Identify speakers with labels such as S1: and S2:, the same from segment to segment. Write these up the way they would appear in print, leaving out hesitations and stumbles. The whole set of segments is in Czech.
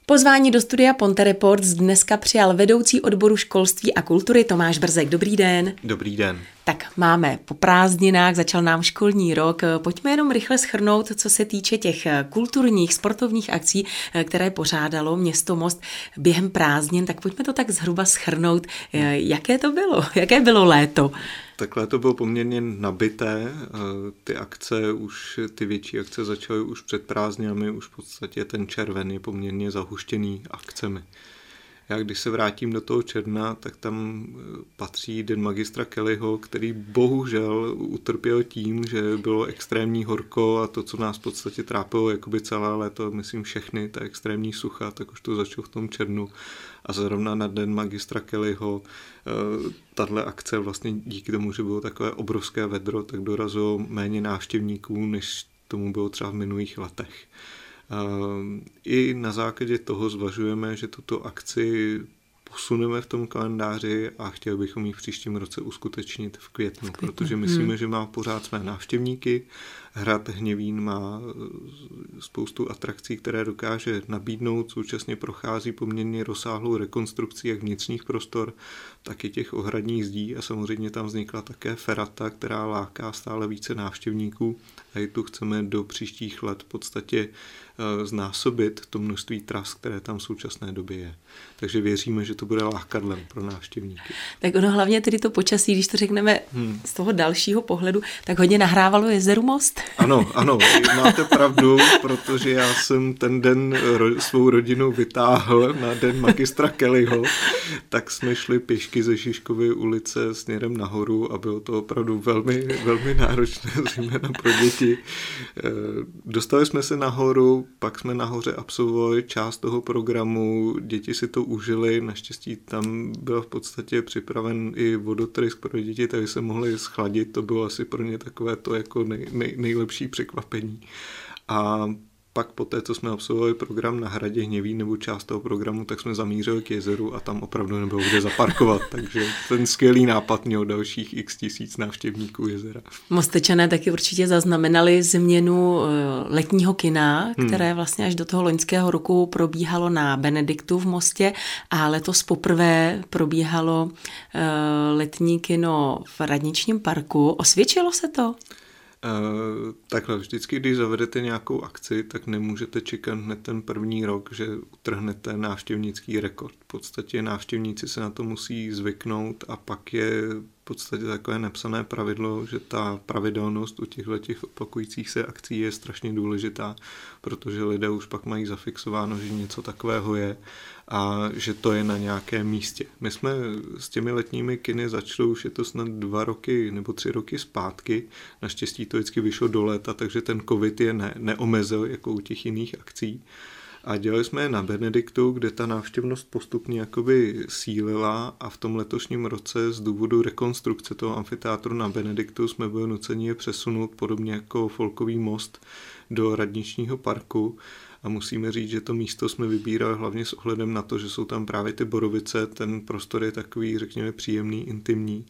S1: Pozvání do studia Ponte Reports dneska přijal vedoucí odboru školství a kultury Tomáš Brzek. Dobrý den.
S2: Dobrý den.
S1: Tak máme po prázdninách, začal nám školní rok. Pojďme jenom rychle shrnout, co se týče těch kulturních, sportovních akcí, které pořádalo město Most během prázdnin. Tak pojďme to tak zhruba shrnout. Jaké to bylo? Jaké bylo léto?
S2: Tak léto bylo poměrně nabité. Ty větší akce začaly už před prázdninami, už v podstatě ten červen je poměrně zahuštěný akcemi. Já když se vrátím do toho června, tak tam patří Den magistra Kellyho, který bohužel utrpěl tím, že bylo extrémní horko a to, co nás v podstatě trápilo jakoby celé léto, myslím všechny, ta extrémní sucha, tak už to začalo v tom červnu. A zrovna na Den magistra Kellyho tahle akce vlastně díky tomu, že bylo takové obrovské vedro, tak dorazilo méně návštěvníků, než tomu bylo třeba v minulých letech. I na základě toho zvažujeme, že tuto akci posuneme v tom kalendáři a chtěli bychom ji v příštím roce uskutečnit v květnu. Protože myslíme, že má pořád své návštěvníky. Hrad Hněvín má spoustu atrakcí, které dokáže nabídnout, současně prochází poměrně rozsáhlou rekonstrukcí jak vnitřních prostor, tak i těch ohradních zdí a samozřejmě tam vznikla také ferata, která láká stále více návštěvníků a i tu chceme do příštích let v podstatě znásobit to množství tras, které tam v současné době je. Takže věříme, že to bude lákadlem pro návštěvníky.
S1: Tak ono hlavně tedy to počasí, když to řekneme z toho dalšího pohledu, tak hodně nahrávalo jezeru Most.
S2: Ano, máte pravdu, protože já jsem ten den svou rodinu vytáhl na Den magistra Kellyho, tak jsme šli pěšky ze Žižkovy ulice směrem nahoru a bylo to opravdu velmi, velmi náročné, zejména pro děti. Dostali jsme se nahoru, pak jsme nahoře absolvovali část toho programu, děti si to užili, naštěstí tam byl v podstatě připraven i vodotrysk pro děti, takže se mohli schladit, to bylo asi pro ně takové to jako nejlepší překvapení. A pak poté, co jsme absolvovali program na hradě Hněvín nebo část toho programu, tak jsme zamířili k jezeru a tam opravdu nebylo kde zaparkovat, takže ten skvělý nápad měl dalších x tisíc návštěvníků jezera.
S1: Mostečané taky určitě zaznamenali změnu letního kina, které vlastně až do toho loňského roku probíhalo na Benediktu v Mostě a letos poprvé probíhalo letní kino v Radničním parku. Osvědčilo se to?
S2: Takhle, vždycky, když zavedete nějakou akci, tak nemůžete čekat hned ten první rok, že utrhnete návštěvnický rekord. V podstatě návštěvníci se na to musí zvyknout a pak je v podstatě takové nepsané pravidlo, že ta pravidelnost u těchto opakujících se akcí je strašně důležitá, protože lidé už pak mají zafixováno, že něco takového je a že to je na nějakém místě. My jsme s těmi letními kiny začali, už je to snad 2 roky nebo 3 roky zpátky, naštěstí to vždycky vyšlo do léta, takže ten covid je neomezil jako u těch jiných akcí. A dělali jsme je na Benediktu, kde ta návštěvnost postupně jakoby sílila a v tom letošním roce z důvodu rekonstrukce toho amfiteátru na Benediktu jsme byli nuceni je přesunout podobně jako Folkový most do Radničního parku. A musíme říct, že to místo jsme vybírali hlavně s ohledem na to, že jsou tam právě ty borovice, ten prostor je takový, řekněme, příjemný, intimní.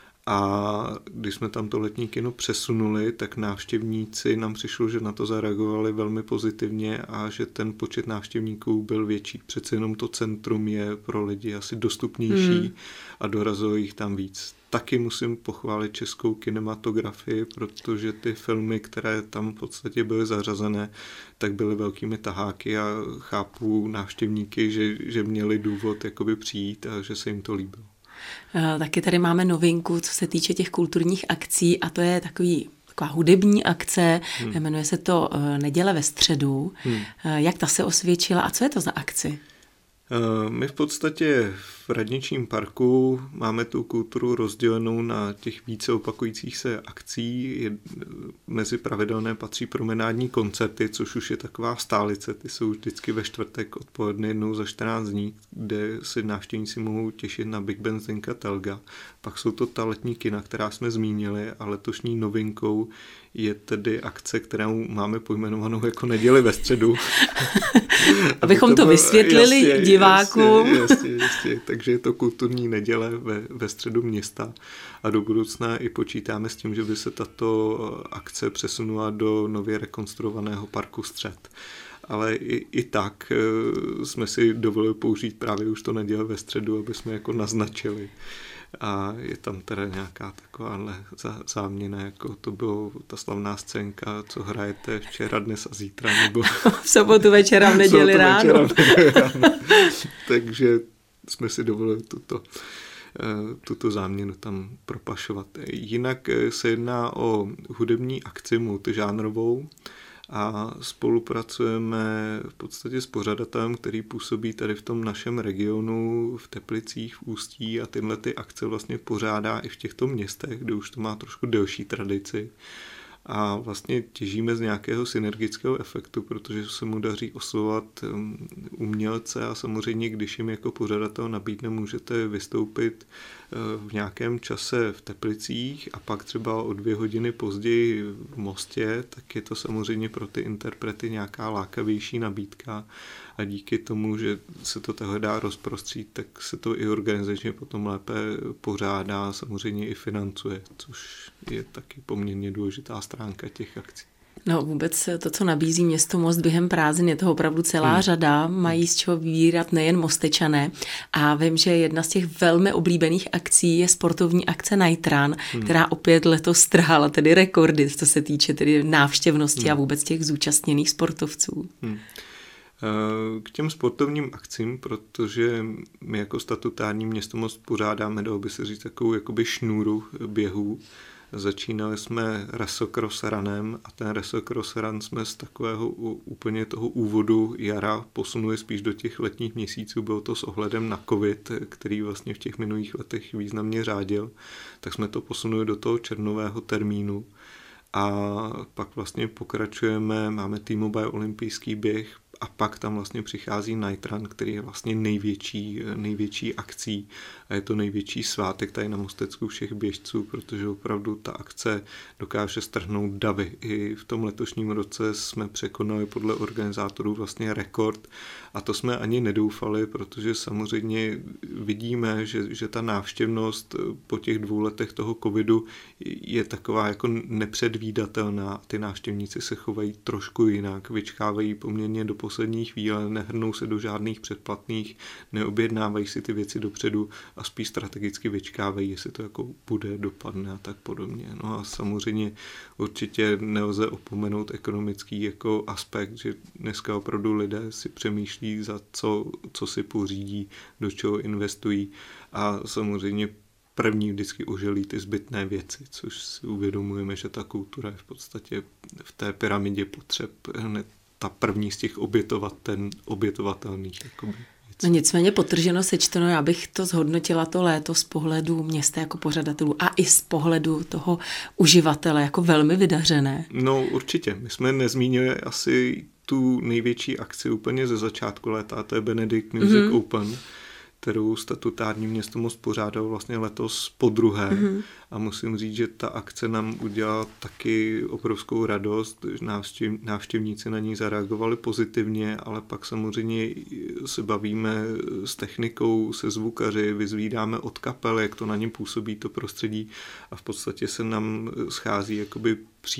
S2: A když jsme tam to letní kino přesunuli, tak návštěvníci nám přišlo, že na to zareagovali velmi pozitivně a že ten počet návštěvníků byl větší. Přece jenom to centrum je pro lidi asi dostupnější a dorazilo jich tam víc. Taky musím pochválit českou kinematografii, protože ty filmy, které tam v podstatě byly zařazené, tak byly velkými taháky a chápu návštěvníky, že měli důvod jakoby přijít a že se jim to líbilo.
S1: Taky tady máme novinku, co se týče těch kulturních akcí a to je taková hudební akce, jmenuje se to Neděle ve středu. Jak ta se osvědčila a co je to za akci?
S2: My v podstatě v Radničním parku máme tu kulturu rozdělenou na těch více opakujících se akcí. Mezi pravidelné patří promenádní koncerty, což už je taková stálice. Ty jsou vždycky ve čtvrtek odpoledne jednou za 14 dní, kde si návštěvníci mohou těšit na Big Band Zdeňka Telga. Pak jsou to ta letní kina, která jsme zmínili a letošní novinkou je tedy akce, kterou máme pojmenovanou jako Neděli ve středu.
S1: Abychom to vysvětlili divákům.
S2: Jasně. Takže je to kulturní neděle ve středu města a do budoucna i počítáme s tím, že by se tato akce přesunula do nově rekonstruovaného parku Střed. ale i tak jsme si dovolili použít právě už to neděle ve středu, aby jsme jako naznačili. A je tam teda nějaká takováhle záměna, jako to bylo ta slavná scénka, co hrajete včera, dnes a zítra, nebo
S1: v sobotu večera, v neděli ráno.
S2: Takže jsme si dovolili tuto záměnu tam propašovat. Jinak se jedná o hudební akci multižánrovou a spolupracujeme v podstatě s pořadatelem, který působí tady v tom našem regionu, v Teplicích, v Ústí, a tyhle ty akce vlastně pořádá i v těchto městech, kde už to má trošku delší tradici. A vlastně těžíme z nějakého synergického efektu, protože se mu daří oslovovat umělce a samozřejmě, když jim jako pořadatel nabídne, můžete vystoupit v nějakém čase v Teplicích a pak třeba o 2 hodiny později v Mostě, tak je to samozřejmě pro ty interprety nějaká lákavější nabídka a díky tomu, že se to takhle dá rozprostřít, tak se to i organizačně potom lépe pořádá, samozřejmě i financuje, což je taky poměrně důležitá stránka těch akcí.
S1: No vůbec to, co nabízí město Most během prázdnin, je toho opravdu celá řada, mají z čeho vybírat nejen Mostečané a vím, že jedna z těch velmi oblíbených akcí je sportovní akce Night Run, která opět letos trhala tedy rekordy, co se týče tedy návštěvnosti a vůbec těch zúčastněných sportovců.
S2: K těm sportovním akcím, protože my jako statutární město Most pořádáme, dalo by se říct, takovou jakoby šnůru běhů. Začínali jsme Resocross Runem a ten Resocross Run jsme z takového úplně toho úvodu jara posunuli spíš do těch letních měsíců. Bylo to s ohledem na covid, který vlastně v těch minulých letech významně řádil, tak jsme to posunuli do toho červnového termínu. A pak vlastně pokračujeme, máme T-Mobile olympijský běh a pak tam vlastně přichází Night Run, který je vlastně největší akcí a je to největší svátek tady na Mostecku všech běžců, protože opravdu ta akce dokáže strhnout davy. I v tom letošním roce jsme překonali podle organizátorů vlastně rekord a to jsme ani nedoufali, protože samozřejmě vidíme, že ta návštěvnost po těch 2 letech toho covidu je taková jako nepředvídatelná. Ty návštěvníci se chovají trošku jinak, vyčkávají poměrně do poslední chvíle, nehrnou se do žádných předplatných, neobjednávají si ty věci dopředu a spíš strategicky vyčkávají, jestli to jako bude, dopadne a tak podobně. No a samozřejmě určitě nelze opomenout ekonomický jako aspekt, že dneska opravdu lidé si přemýšlí za co si pořídí, do čeho investují a samozřejmě první vždycky oželí ty zbytné věci, což si uvědomujeme, že ta kultura je v podstatě v té pyramidě potřeb hned ta první z těch obětovatelných jakoby.
S1: No nicméně potrženo sečteno, já bych to zhodnotila to léto z pohledu města jako pořadatelů a i z pohledu toho uživatele jako velmi vydařené.
S2: No určitě, my jsme nezmínili asi tu největší akci úplně ze začátku léta, a to je Benedict Music Open, kterou statutární město Most pořádalo vlastně letos podruhé. A musím říct, že ta akce nám udělala taky obrovskou radost. Návštěvníci na ní zareagovali pozitivně, ale pak samozřejmě se bavíme s technikou, se zvukaři, vyzvídáme od kapel, jak to na ně působí to prostředí a v podstatě se nám schází jakoby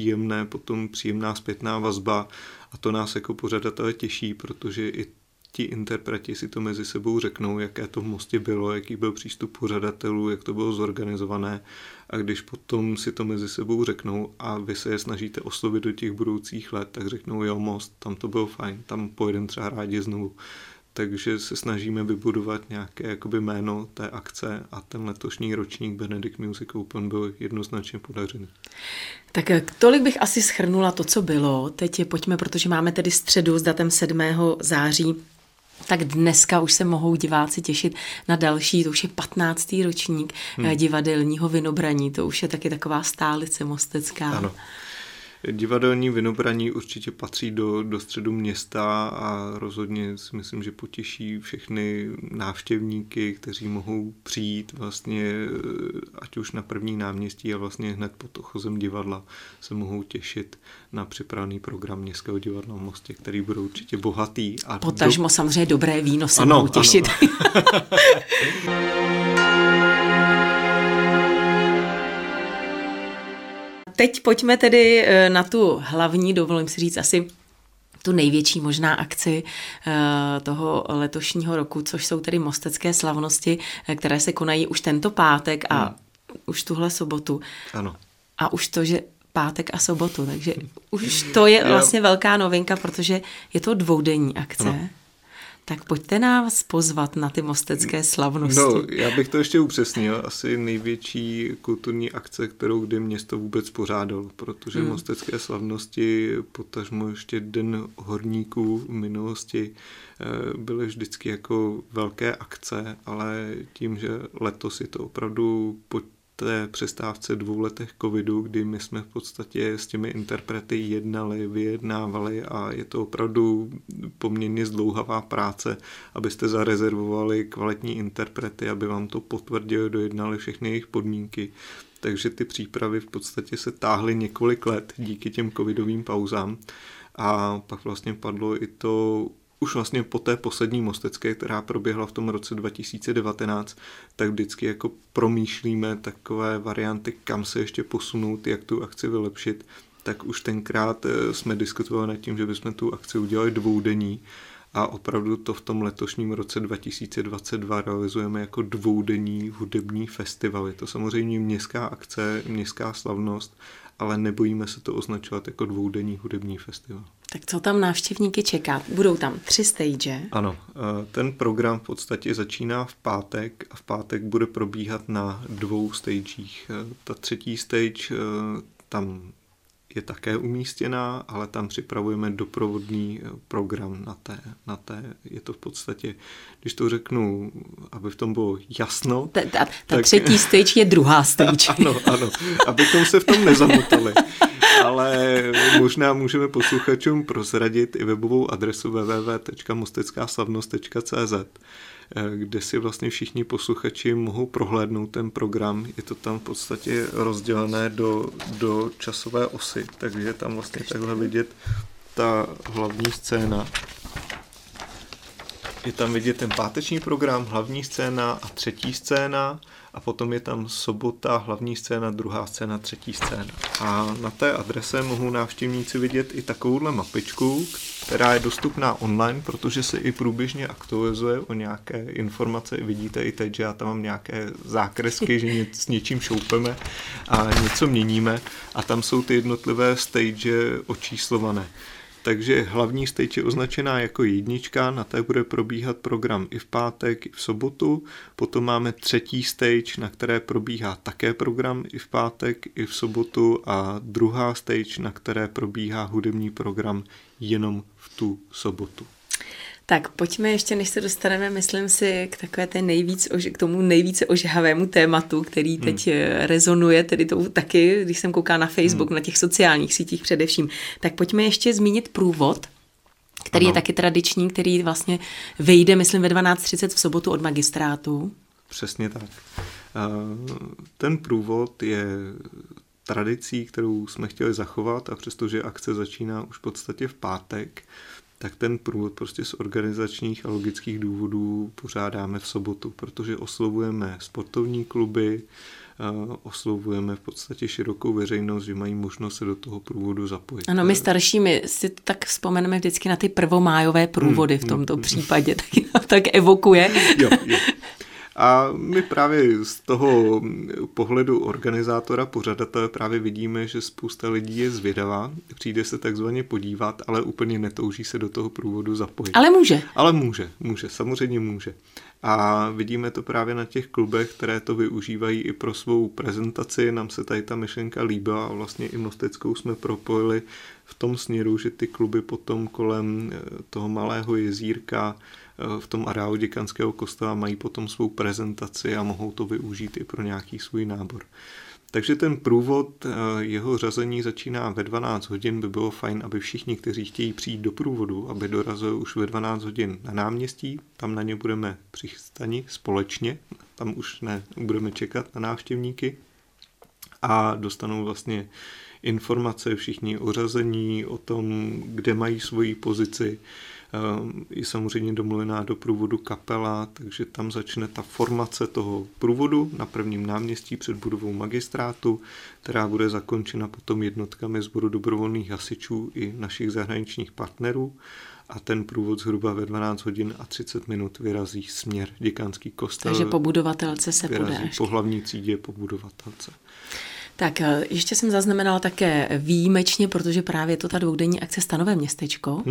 S2: příjemná zpětná vazba a to nás jako pořadatele těší, protože i ti interpreti si to mezi sebou řeknou, jaké to v Mostě bylo, jaký byl přístup pořadatelů, jak to bylo zorganizované a když potom si to mezi sebou řeknou a vy se je snažíte oslovit do těch budoucích let, tak řeknou jo, Most, tam to bylo fajn, tam pojedeme třeba rádi znovu. Takže se snažíme vybudovat nějaké jakoby jméno té akce a ten letošní ročník Benedict Music Open byl jednoznačně podařený.
S1: Tak tolik bych asi shrnula to, co bylo. Teď pojďme, protože máme tedy středu s datem 7. září, tak dneska už se mohou diváci těšit na další, to už je 15. ročník divadelního Vinobraní, to už je taky taková stálice mostecká.
S2: Ano. Divadelní Vinobraní určitě patří do středu města a rozhodně si myslím, že potěší všechny návštěvníky, kteří mohou přijít vlastně ať už na první náměstí a vlastně hned pod ochozem divadla se mohou těšit na připravený program Městského divadla v Mostě, který bude určitě bohatý. A
S1: potažmo samozřejmě dobré víno se mohou těšit. Teď pojďme tedy na tu hlavní, dovolím si říct asi tu největší možná akci toho letošního roku, což jsou tedy mostecké slavnosti, které se konají už tento pátek a už tuhle sobotu.
S2: Ano.
S1: A už to, že pátek a sobotu, takže už to je vlastně velká novinka, protože je to dvoudenní akce. Ano. Tak pojďte nás pozvat na ty mostecké slavnosti.
S2: No, já bych to ještě upřesnil. Asi největší kulturní akce, kterou kdy město vůbec pořádalo, protože mostecké slavnosti, potažmo ještě Den horníků v minulosti, byly vždycky jako velké akce, ale tím, že letos je to opravdu po té přestávce 2 letech covidu, kdy my jsme v podstatě s těmi interprety jednali, vyjednávali a je to opravdu poměrně zdlouhavá práce, abyste zarezervovali kvalitní interprety, aby vám to potvrdili, dojednali všechny jejich podmínky. Takže ty přípravy v podstatě se táhly několik let díky těm covidovým pauzám a pak vlastně padlo i to už vlastně po té poslední mostecké, která proběhla v tom roce 2019, tak vždycky jako promýšlíme takové varianty, kam se ještě posunout, jak tu akci vylepšit. Tak už tenkrát jsme diskutovali nad tím, že bychom tu akci udělali 2denní a opravdu to v tom letošním roce 2022 realizujeme jako 2denní hudební festival. Je to samozřejmě městská akce, městská slavnost, ale nebojíme se to označovat jako 2denní hudební festival.
S1: Tak co tam návštěvníky čeká? Budou tam 3 stage?
S2: Ano, ten program v podstatě začíná v pátek a v pátek bude probíhat na 2 stagech. Ta 3. stage tam je také umístěná, ale tam připravujeme doprovodný program na té. Je to v podstatě, když to řeknu, aby v tom bylo jasno.
S1: Ta 3. stage je 2. stage.
S2: Ano, abychom se v tom nezamotali. Ale možná můžeme posluchačům prozradit i webovou adresu www.mosteckaslavnost.cz, kde si vlastně všichni posluchači mohou prohlédnout ten program. Je to tam v podstatě rozdělené do časové osy, takže tam vlastně takhle vidět ta hlavní scéna. Je tam vidět ten páteční program, hlavní scéna a 3. scéna a potom je tam sobota, hlavní scéna, 2. scéna, 3. scéna. A na té adrese mohou návštěvníci vidět i takovouhle mapičku, která je dostupná online, protože se i průběžně aktualizuje o nějaké informace. Vidíte i teď, že já tam mám nějaké zákresky, že s něčím šoupeme a něco měníme a tam jsou ty jednotlivé stage očíslované. Takže hlavní stage je označená jako 1, na té bude probíhat program i v pátek, i v sobotu. Potom máme 3. stage, na které probíhá také program i v pátek, i v sobotu a 2. stage, na které probíhá hudební program jenom v tu sobotu.
S1: Tak pojďme ještě, než se dostaneme, myslím si, k tomu nejvíce ožahavému tématu, který teď rezonuje, tedy to taky, když jsem kouká na Facebook, na těch sociálních sítích především, tak pojďme ještě zmínit průvod, který je taky tradiční, který vlastně vyjde, myslím, ve 12:30 v sobotu od magistrátu.
S2: Přesně tak. Ten průvod je tradicí, kterou jsme chtěli zachovat a přestože akce začíná už v podstatě v pátek, tak ten průvod prostě z organizačních a logických důvodů pořádáme v sobotu, protože oslovujeme sportovní kluby, oslovujeme v podstatě širokou veřejnost, že mají možnost se do toho průvodu zapojit.
S1: Ano, my staršími si tak vzpomeneme vždycky na ty prvomájové průvody v tomto případě, tak evokuje.
S2: Jo. A my právě z toho pohledu organizátora, pořadatele právě vidíme, že spousta lidí je zvědavá, přijde se takzvaně podívat, ale úplně netouží se do toho průvodu zapojit.
S1: Ale
S2: může, samozřejmě může. A vidíme to právě na těch klubech, které to využívají i pro svou prezentaci. Nám se tady ta myšlenka líbila a vlastně i Mosteckou jsme propojili v tom směru, že ty kluby potom kolem toho malého jezírka v tom areálu děkanského kostela mají potom svou prezentaci a mohou to využít i pro nějaký svůj nábor. Takže ten průvod, jeho řazení začíná ve 12 hodin, by bylo fajn, aby všichni, kteří chtějí přijít do průvodu, aby dorazili už ve 12 hodin na náměstí, tam na ně budeme přistani společně, tam už budeme čekat na návštěvníky a dostanou vlastně informace všichni o řazení, o tom, kde mají svoji pozici, Je samozřejmě domluvená do průvodu kapela, takže tam začne ta formace toho průvodu na prvním náměstí před budovou magistrátu, která bude zakončena potom jednotkami sboru dobrovolných hasičů i našich zahraničních partnerů. A ten průvod zhruba ve 12 hodin a 30 minut vyrazí směr Děkanský kostel.
S1: Takže po budovatelce se půjde až.
S2: Po hlavní třídě po budovatelce.
S1: Tak ještě jsem zaznamenala také výjimečně, protože právě je to ta dvoudenní akce Stanové městečko.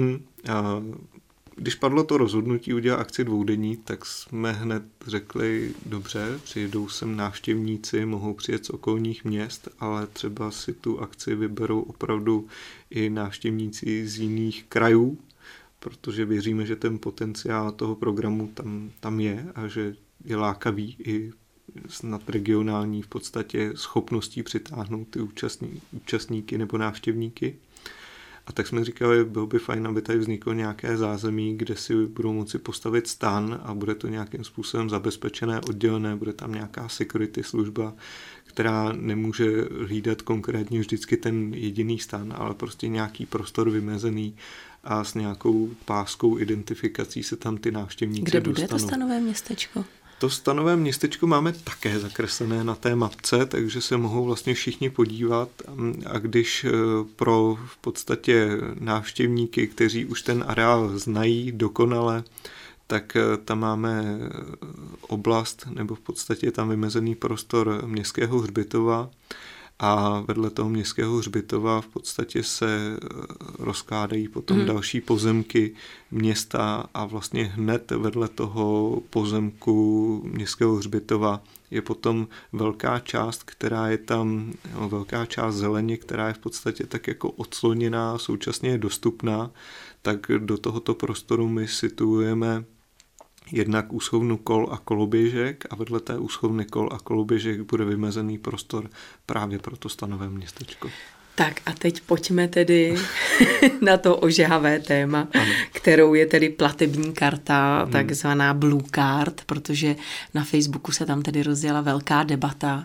S2: Když padlo to rozhodnutí udělat akci dvoudenní, tak jsme hned řekli, dobře, přijedou sem návštěvníci, mohou přijet z okolních měst, ale třeba si tu akci vyberou opravdu i návštěvníci z jiných krajů, protože věříme, že ten potenciál toho programu tam je a že je lákavý i snad regionální v podstatě schopností přitáhnout ty účastníky nebo návštěvníky. A tak jsme říkali, bylo by fajn, aby tady vzniklo nějaké zázemí, kde si budou moci postavit stan a bude to nějakým způsobem zabezpečené, oddělené, bude tam nějaká security služba, která nemůže hlídat konkrétně vždycky ten jediný stan, ale prostě nějaký prostor vymezený a s nějakou páskou identifikací se tam ty návštěvníci dostanou.
S1: Kde bude to Stanové městečko?
S2: To Stanové městečko máme také zakreslené na té mapce, takže se mohou vlastně všichni podívat a když pro v podstatě návštěvníky, kteří už ten areál znají dokonale, tak tam máme oblast nebo v podstatě tam vymezený prostor Městského hřbitova a vedle toho Městského hřbitova v podstatě se rozkládají potom další pozemky města a vlastně hned vedle toho pozemku Městského hřbitova je potom velká část, která je tam, velká část zeleně, která je v podstatě tak jako odsloněná, současně je dostupná, tak do tohoto prostoru my situujeme jednak úschovnu kol a koloběžek a vedle té úschovny kol a koloběžek bude vymezený prostor právě pro to Stanové městečko.
S1: Tak a teď pojďme tedy na to ožehavé téma, kterou je tedy platební karta, takzvaná Blue Card, protože na Facebooku se tam tedy rozjela velká debata.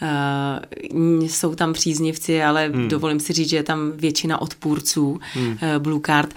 S1: Jsou tam příznivci, ale dovolím si říct, že je tam většina odpůrců Blue Card.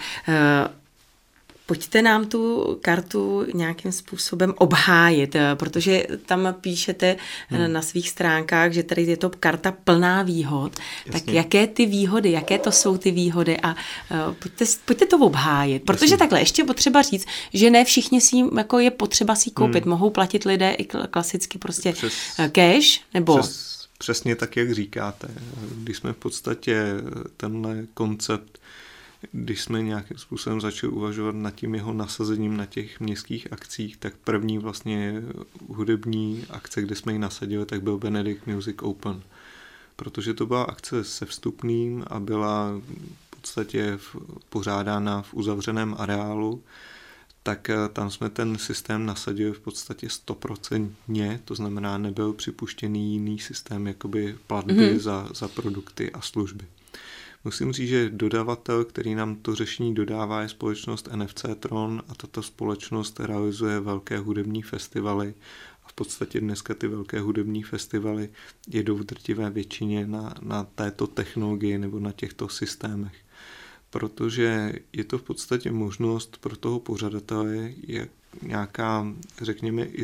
S1: Pojďte nám tu kartu nějakým způsobem obhájit, protože tam píšete na svých stránkách, že tady je to karta plná výhod. Jasně. Tak jaké ty výhody, jaké to jsou ty výhody a pojďte to obhájit. Protože jasně. Takhle ještě potřeba říct, že ne všichni si jako je potřeba si koupit. Mohou platit lidé i klasicky prostě cash nebo...
S2: Přesně tak, jak říkáte. Když jsme v podstatě tenhle koncept, když jsme nějakým způsobem začali uvažovat nad tím jeho nasazením na těch městských akcích, tak první vlastně hudební akce, kde jsme ji nasadili, tak byl Benedict Music Open. Protože to byla akce se vstupným a byla v podstatě pořádána v uzavřeném areálu, tak tam jsme ten systém nasadili v podstatě 100%, to znamená nebyl připuštěný jiný systém jakoby platby za produkty a služby. Musím říct, že dodavatel, který nám to řešení dodává, je společnost NFC Tron a tato společnost realizuje velké hudební festivaly a v podstatě dneska ty velké hudební festivaly jedou v drtivé většině na této technologii nebo na těchto systémech. Protože je to v podstatě možnost pro toho pořadatele jak nějaká, řekněme, i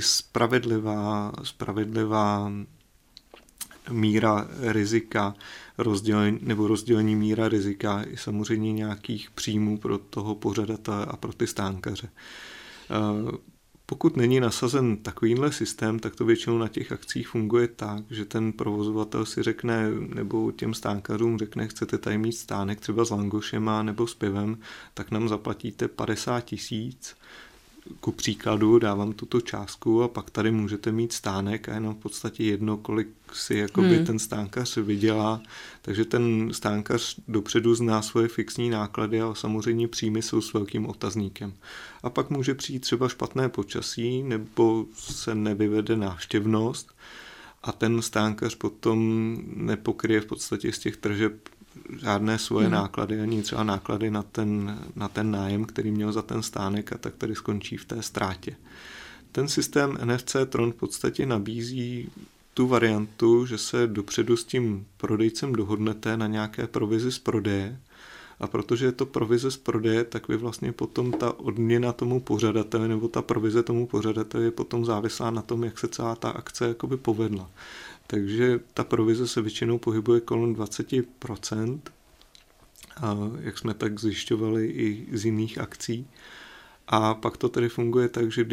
S2: spravedlivá míra rizika, rozdělení míra rizika i samozřejmě nějakých příjmů pro toho pořadatele a pro ty stánkaře. Pokud není nasazen takovýhle systém, tak to většinou na těch akcích funguje tak, že ten provozovatel si řekne, nebo těm stánkařům řekne, chcete tady mít stánek třeba s langošema nebo s pivem, tak nám zaplatíte 50 000. Ku příkladu dávám tuto částku a pak tady můžete mít stánek a jenom v podstatě jedno, kolik si jakoby ten stánkař vydělá. Takže ten stánkař dopředu zná svoje fixní náklady a samozřejmě příjmy jsou s velkým otazníkem. A pak může přijít třeba špatné počasí nebo se nevyvede návštěvnost a ten stánkař potom nepokryje v podstatě z těch tržeb žádné svoje náklady, ani třeba náklady na ten nájem, který měl za ten stánek a tak tady skončí v té ztrátě. Ten systém NFC Tron v podstatě nabízí tu variantu, že se dopředu s tím prodejcem dohodnete na nějaké provizi z prodeje A protože je to provize z prodeje, tak vy vlastně potom ta odměna tomu pořadateli nebo ta provize tomu pořadateli je potom závislá na tom, jak se celá ta akce jakoby povedla. Takže ta provize se většinou pohybuje kolem 20%, a jak jsme tak zjišťovali i z jiných akcí. A pak to tedy funguje tak, že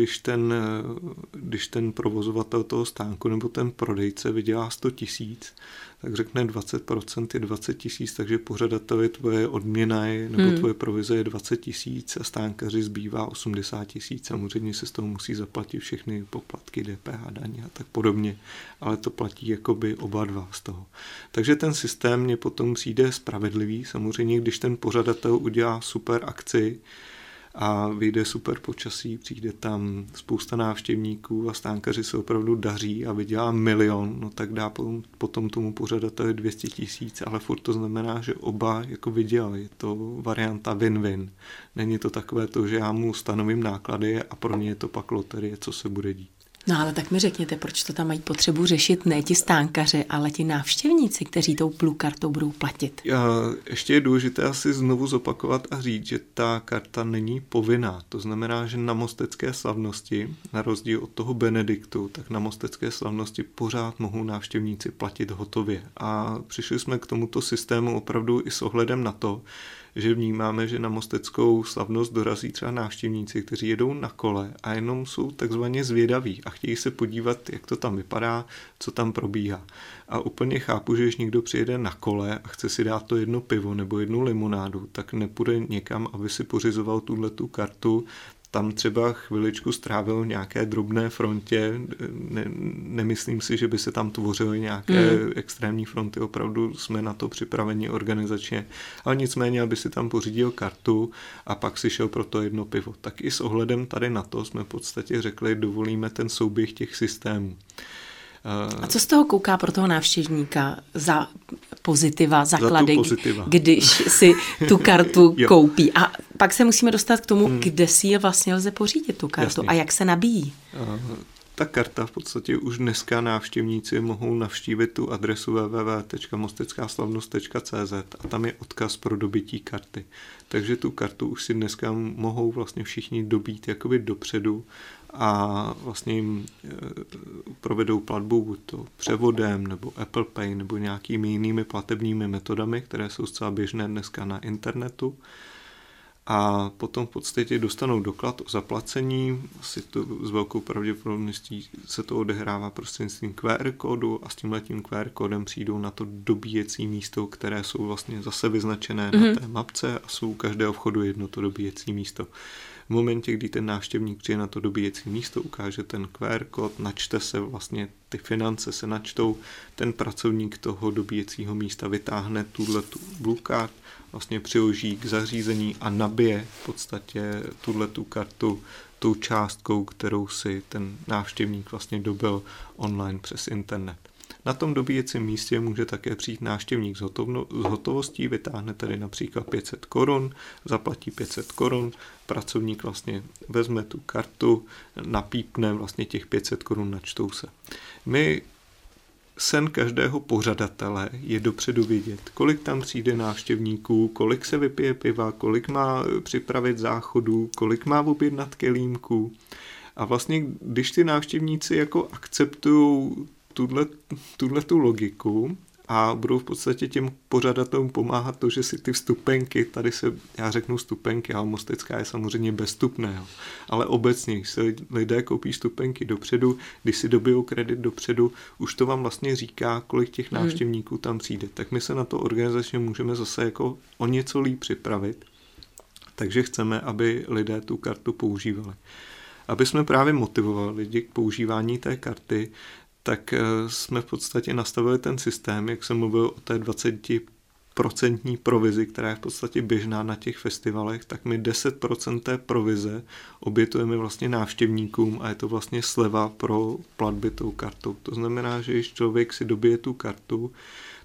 S2: když ten provozovatel toho stánku nebo ten prodejce vydělá 100 000, tak řekne 20% je 20 000, takže pořadateli tvoje odměna je, nebo tvoje provize je 20 000 a stánkaři zbývá 80 000. Samozřejmě se z toho musí zaplatit všechny poplatky, DPH, daně a tak podobně, ale to platí jakoby oba dva z toho. Takže ten systém mně potom přijde spravedlivý. Samozřejmě, když ten pořadatel udělá super akci, a vyjde super počasí, přijde tam spousta návštěvníků a stánkaři se opravdu daří a vydělá 1 000 000, no tak dá potom tomu pořadateli 200 000, ale furt to znamená, že oba jako vydělají. Je to varianta win-win. Není to takové to, že já mu stanovím náklady a pro mě je to pak loterie, co se bude dít.
S1: No ale tak mi řekněte, proč to tam mají potřebu řešit ne ti stánkaři, ale ti návštěvníci, kteří tou Blue kartou budou platit.
S2: Ještě je důležité asi znovu zopakovat a říct, že ta karta není povinná. To znamená, že na Mostecké slavnosti, na rozdíl od toho Benediktu, tak na Mostecké slavnosti pořád mohou návštěvníci platit hotově. A přišli jsme k tomuto systému opravdu i s ohledem na to, že vnímáme, že na Mosteckou slavnost dorazí třeba návštěvníci, kteří jedou na kole a jenom jsou takzvaně zvědaví a chtějí se podívat, jak to tam vypadá, co tam probíhá. A úplně chápu, že když někdo přijede na kole a chce si dát to jedno pivo nebo jednu limonádu, tak nepůjde někam, aby si pořizoval tuhletu kartu, tam třeba chviličku strávil v nějaké drobné frontě, nemyslím si, že by se tam tvořily nějaké extrémní fronty, opravdu jsme na to připraveni organizačně, ale nicméně, aby si tam pořídil kartu a pak si šel pro to jedno pivo. Tak i s ohledem tady na to jsme v podstatě řekli, dovolíme ten souběh těch systémů.
S1: A co z toho kouká pro toho návštěvníka za pozitiva, za klady, když si tu kartu koupí? A pak se musíme dostat k tomu, kde si je vlastně lze pořídit tu kartu. Jasně. A jak se nabíjí?
S2: Ta karta v podstatě už dneska návštěvníci mohou navštívit tu adresu www.mosteckaslavnost.cz a tam je odkaz pro dobytí karty. Takže tu kartu už si dneska mohou vlastně všichni dobít jakoby dopředu a vlastně jim provedou platbu buď to převodem nebo Apple Pay nebo nějakými jinými platebními metodami, které jsou zcela běžné dneska na internetu. A potom v podstatě dostanou doklad o zaplacení, asi to s velkou pravděpodobností se to odehrává prostřednictvím QR kódu a s tímhletím QR kódem přijdou na to dobíjecí místo, které jsou vlastně zase vyznačené na té mapce a jsou u každého vchodu jedno to dobíjecí místo. V momentě, kdy ten návštěvník přijde na to dobíjecí místo, ukáže ten QR kód, načte se vlastně, ty finance se načtou, ten pracovník toho dobíjecího místa vytáhne tu Blue Card, vlastně přiloží k zařízení a nabije v podstatě tu kartu tou částkou, kterou si ten návštěvník vlastně dobil online přes internet. Na tom dobíjecím místě může také přijít návštěvník s hotovostí, vytáhne tedy například 500 korun, zaplatí 500 korun, pracovník vlastně vezme tu kartu, napípne vlastně těch 500 korun, načtou se. Sen každého pořadatele je dopředu vidět, kolik tam přijde návštěvníků, kolik se vypije piva, kolik má připravit záchodů, kolik má objednat kelímků. A vlastně, když ty návštěvníci jako akceptují tu logiku a budou v podstatě těm pořadatelům pomáhat to, že si ty vstupenky, tady já řeknu vstupenky, ale Mostecká je samozřejmě bez vstupného, ale obecně, když se lidé koupí vstupenky dopředu, když si dobijou kredit dopředu, už to vám vlastně říká, kolik těch návštěvníků tam přijde. Tak my se na to organizačně můžeme zase jako o něco líp připravit, takže chceme, aby lidé tu kartu používali. Aby jsme právě motivovali lidi k používání té karty, tak jsme v podstatě nastavili ten systém, jak jsem mluvil o té 20% provizi, která je v podstatě běžná na těch festivalech, tak my 10% té provize obětujeme vlastně návštěvníkům a je to vlastně sleva pro platby tou kartou. To znamená, že když člověk si dobije tu kartu,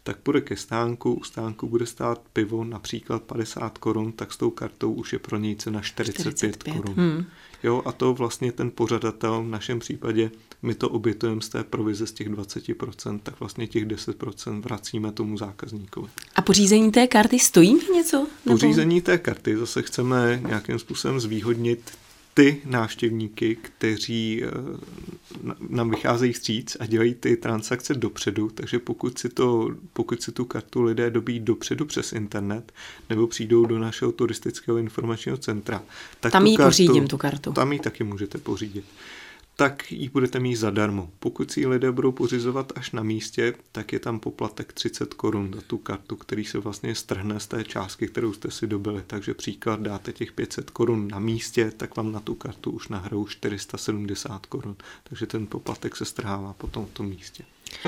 S2: tak půjde ke stánku, u stánku bude stát pivo například 50 korun, tak s tou kartou už je pro něj cena 45 korun. Jo, a to vlastně ten pořadatel, v našem případě, my to obětujeme z té provize z těch 20%, tak vlastně těch 10% vracíme tomu zákazníkovi.
S1: A pořízení té karty stojí něco?
S2: Pořízení té karty zase chceme nějakým způsobem zvýhodnit ty návštěvníky, kteří nám vycházejí vstříc a dělají ty transakce dopředu, takže pokud si tu kartu lidé dobí dopředu přes internet nebo přijdou do našeho turistického informačního centra, tak
S1: tam ji pořídím, tu kartu.
S2: Tam ji taky můžete pořídit. Tak ji budete mít zadarmo. Pokud si ji lidé budou pořizovat až na místě, tak je tam poplatek 30 korun za tu kartu, který se vlastně strhne z té částky, kterou jste si dobili. Takže příklad, dáte těch 500 korun na místě, tak vám na tu kartu už nahrajou 470 korun. Takže ten poplatek se strhává potom v tom místě.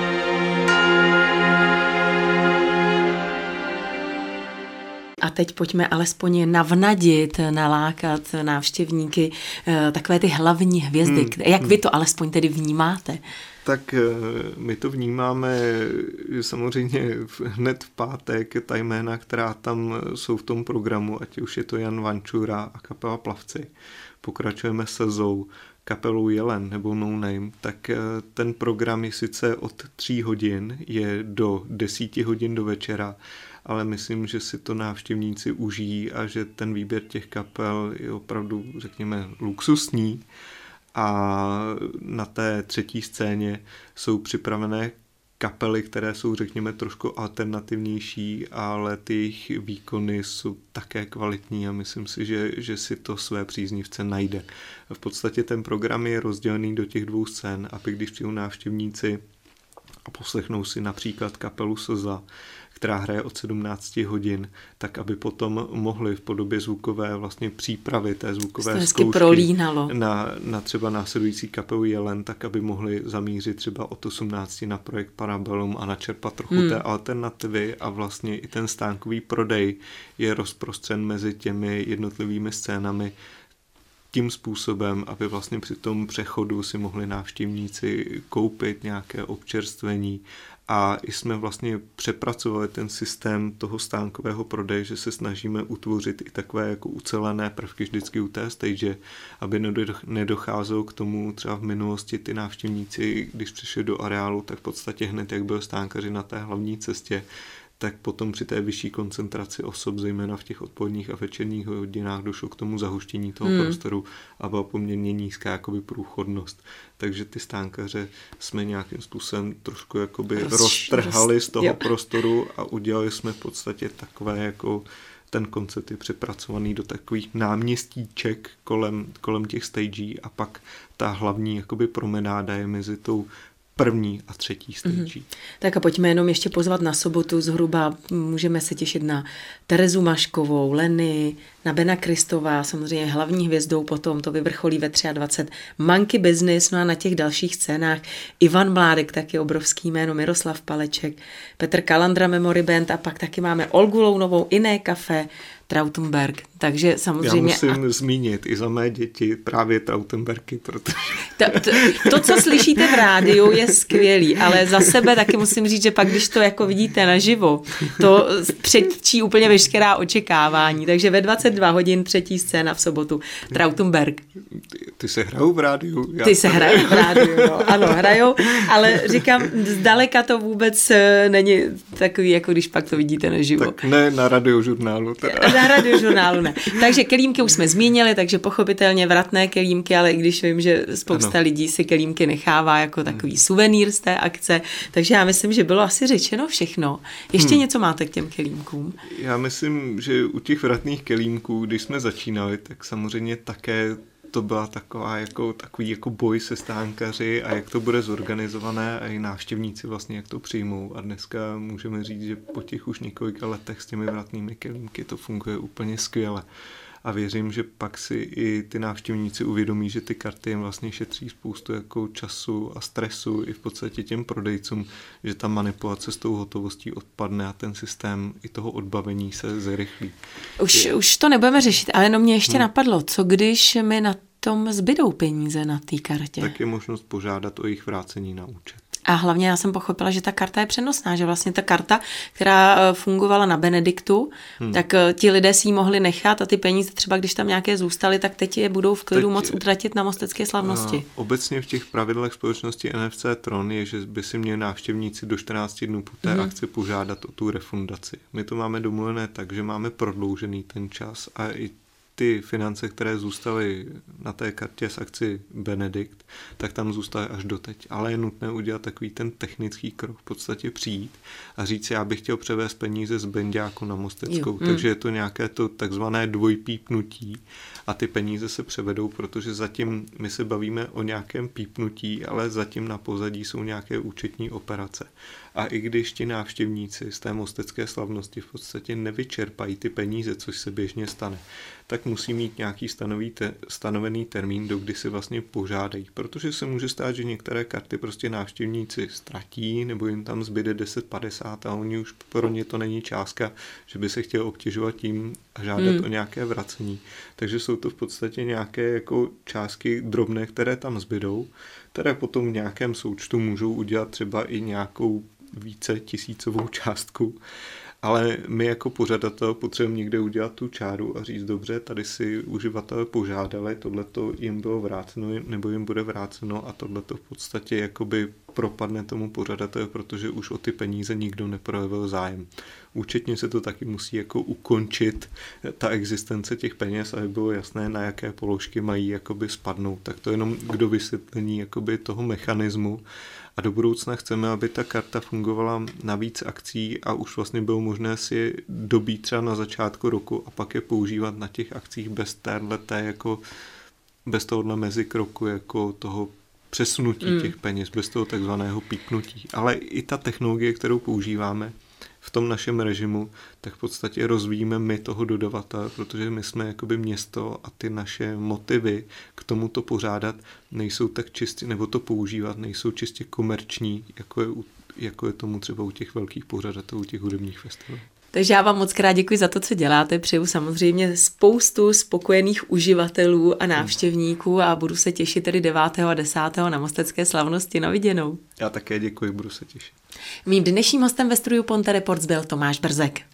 S1: A teď pojďme alespoň navnadit, nalákat návštěvníky, takové ty hlavní hvězdy. Jak vy to alespoň tedy vnímáte?
S2: Tak my to vnímáme samozřejmě hned v pátek, ta jména, která tam jsou v tom programu, ať už je to Jan Vančura a kapela Plavci. Pokračujeme Sezou, kapelou Jelen nebo No Name, tak ten program je sice od 3 hodin, je do 10 hodin do večera, ale myslím, že si to návštěvníci užijí a že ten výběr těch kapel je opravdu, řekněme, luxusní. A na té třetí scéně jsou připravené kapely, které jsou, řekněme, trošku alternativnější, ale ty jejich výkony jsou také kvalitní a myslím si, že si to své příznivce najde. V podstatě ten program je rozdělený do těch 2 scén, aby když přijdou návštěvníci a poslechnou si například kapelu Seza, která hraje od 17 hodin, tak aby potom mohli v podobě zvukové vlastně přípravy té zvukové zkoušky na třeba následující kapelu Jelen, tak aby mohli zamířit třeba od 18 na projekt Parabellum a načerpat trochu té alternativy a vlastně i ten stánkový prodej je rozprostřen mezi těmi jednotlivými scénami tím způsobem, aby vlastně při tom přechodu si mohli návštěvníci koupit nějaké občerstvení a jsme vlastně přepracovali ten systém toho stánkového prodeje, že se snažíme utvořit i takové jako ucelené prvky vždycky u té stage, aby nedocházelo k tomu třeba v minulosti ty návštěvníci, když přišli do areálu, tak v podstatě hned, jak byl stánkaři na té hlavní cestě, tak potom při té vyšší koncentraci osob, zejména v těch odpoledních a večerních hodinách, došlo k tomu zahuštění toho prostoru a byla poměrně nízká jakoby průchodnost. Takže ty stánkaře jsme nějakým způsobem trošku jakoby roztrhali z toho prostoru a udělali jsme v podstatě takové jako ten koncept je přepracovaný do takových náměstíček kolem těch stagí a pak ta hlavní jakoby promenáda je mezi tou první a třetí stage.
S1: Tak a pojďme jenom ještě pozvat na sobotu zhruba, můžeme se těšit na Terezu Maškovou, Leny, na Bena Kristová, samozřejmě hlavní hvězdou potom, to vyvrcholí ve 23. Monkey Business, no a na těch dalších scénách Ivan Mládek, taky obrovský jméno, Miroslav Paleček, Petr Kalandra Memory Band a pak taky máme Olgu Lounovou, Iné kafe, Trautenberg, takže samozřejmě...
S2: Já musím zmínit i za mé děti právě Trautenbergy, protože...
S1: To, co slyšíte v rádiu, je skvělý, ale za sebe taky musím říct, že pak, když to jako vidíte naživo, to předčí úplně veškerá očekávání, takže ve 22 hodin 3. scéna v sobotu Trautenberg.
S2: Ty se hrajou v rádiu?
S1: Ty se hrajou v rádiu, no. Ano, hrajou, ale říkám, zdaleka to vůbec není takový, jako když pak to vidíte naživo.
S2: Tak ne na radiožurnálu teda.
S1: Na radiožurnálu ne. Takže kelímky už jsme zmínili, takže pochopitelně vratné kelímky, ale i když vím, že spousta lidí si kelímky nechává jako takový suvenýr z té akce, takže já myslím, že bylo asi řečeno všechno. Ještě něco máte k těm kelímkům?
S2: Já myslím, že u těch vratných kelímků, když jsme začínali, tak samozřejmě také to byla takový jako boj se stánkaři a jak to bude zorganizované a i návštěvníci vlastně jak to přijmou. A dneska můžeme říct, že po těch už několika letech s těmi vratnými kelímky to funguje úplně skvěle. A věřím, že pak si i ty návštěvníci uvědomí, že ty karty jim vlastně šetří spoustu jako času a stresu i v podstatě těm prodejcům, že ta manipulace s tou hotovostí odpadne a ten systém i toho odbavení se zrychlí.
S1: Už to nebudeme řešit, ale jenom mě ještě napadlo, co když mi na tom zbydou peníze na té kartě?
S2: Tak je možnost požádat o jejich vrácení na účet.
S1: A hlavně já jsem pochopila, že ta karta je přenosná, že vlastně ta karta, která fungovala na Benediktu, tak ti lidé si ji mohli nechat a ty peníze třeba, když tam nějaké zůstaly, tak teď je budou v klidu moc utratit na Mostecké slavnosti.
S2: Obecně v těch pravidlech společnosti NFC Tron je, že by si měli návštěvníci do 14 dnů po té akci požádat o tu refundaci. My to máme domluvené tak, že máme prodloužený ten čas a i ty finance, které zůstaly na té kartě z akci Benedikt, tak tam zůstaly až doteď. Ale je nutné udělat takový ten technický krok, v podstatě přijít a říct, já bych chtěl převést peníze z Benďáku na Mosteckou. Takže je to nějaké to takzvané dvojpípnutí a ty peníze se převedou, protože zatím my se bavíme o nějakém pípnutí, ale zatím na pozadí jsou nějaké účetní operace. A i když ti návštěvníci z té mostecké slavnosti v podstatě nevyčerpají ty peníze, což se běžně stane, tak musí mít nějaký stanovený termín, do kdy si vlastně požádají. Protože se může stát, že některé karty prostě návštěvníci ztratí, nebo jim tam zbyde 10,50 a oni už pro ně to není částka, že by se chtěl obtěžovat tím a žádat o nějaké vracení. Takže jsou to v podstatě nějaké jako částky drobné, které tam zbydou, které potom v nějakém součtu můžou udělat třeba i nějakou více tisícovou částku, ale my jako pořadatel potřebujeme někde udělat tu čáru a říct, dobře, tady si uživatelé požádali, tohleto jim bylo vráceno, nebo jim bude vráceno a tohleto v podstatě jakoby propadne tomu pořadateli, protože už o ty peníze nikdo neprojevil zájem. Účetně se to taky musí jako ukončit ta existence těch peněz, aby bylo jasné, na jaké položky mají jakoby spadnout. Tak to je jenom k dovysvětlení jakoby toho mechanismu. A do budoucna chceme, aby ta karta fungovala na víc akcí a už vlastně bylo možné si je dobít třeba na začátku roku a pak je používat na těch akcích bez tohohle mezikroku, jako toho přesunutí těch peněz, bez toho takzvaného pípnutí. Ale i ta technologie, kterou používáme v tom našem režimu, tak v podstatě rozvíjíme my toho dodavatele, protože my jsme jakoby město a ty naše motivy k tomu to pořádat nejsou tak čistě, nebo to používat nejsou čistě komerční, jako je tomu třeba u těch velkých pořadatelů, těch hudebních festivalů.
S1: Takže já vám moc krát děkuji za to, co děláte. Přeju samozřejmě spoustu spokojených uživatelů a návštěvníků a budu se těšit tedy 9. a 10. na Mostecké slavnosti. Na viděnou.
S2: Já také děkuji, budu se těšit.
S1: Mým dnešním hostem ve studiu Ponte Reports byl Tomáš Brzek.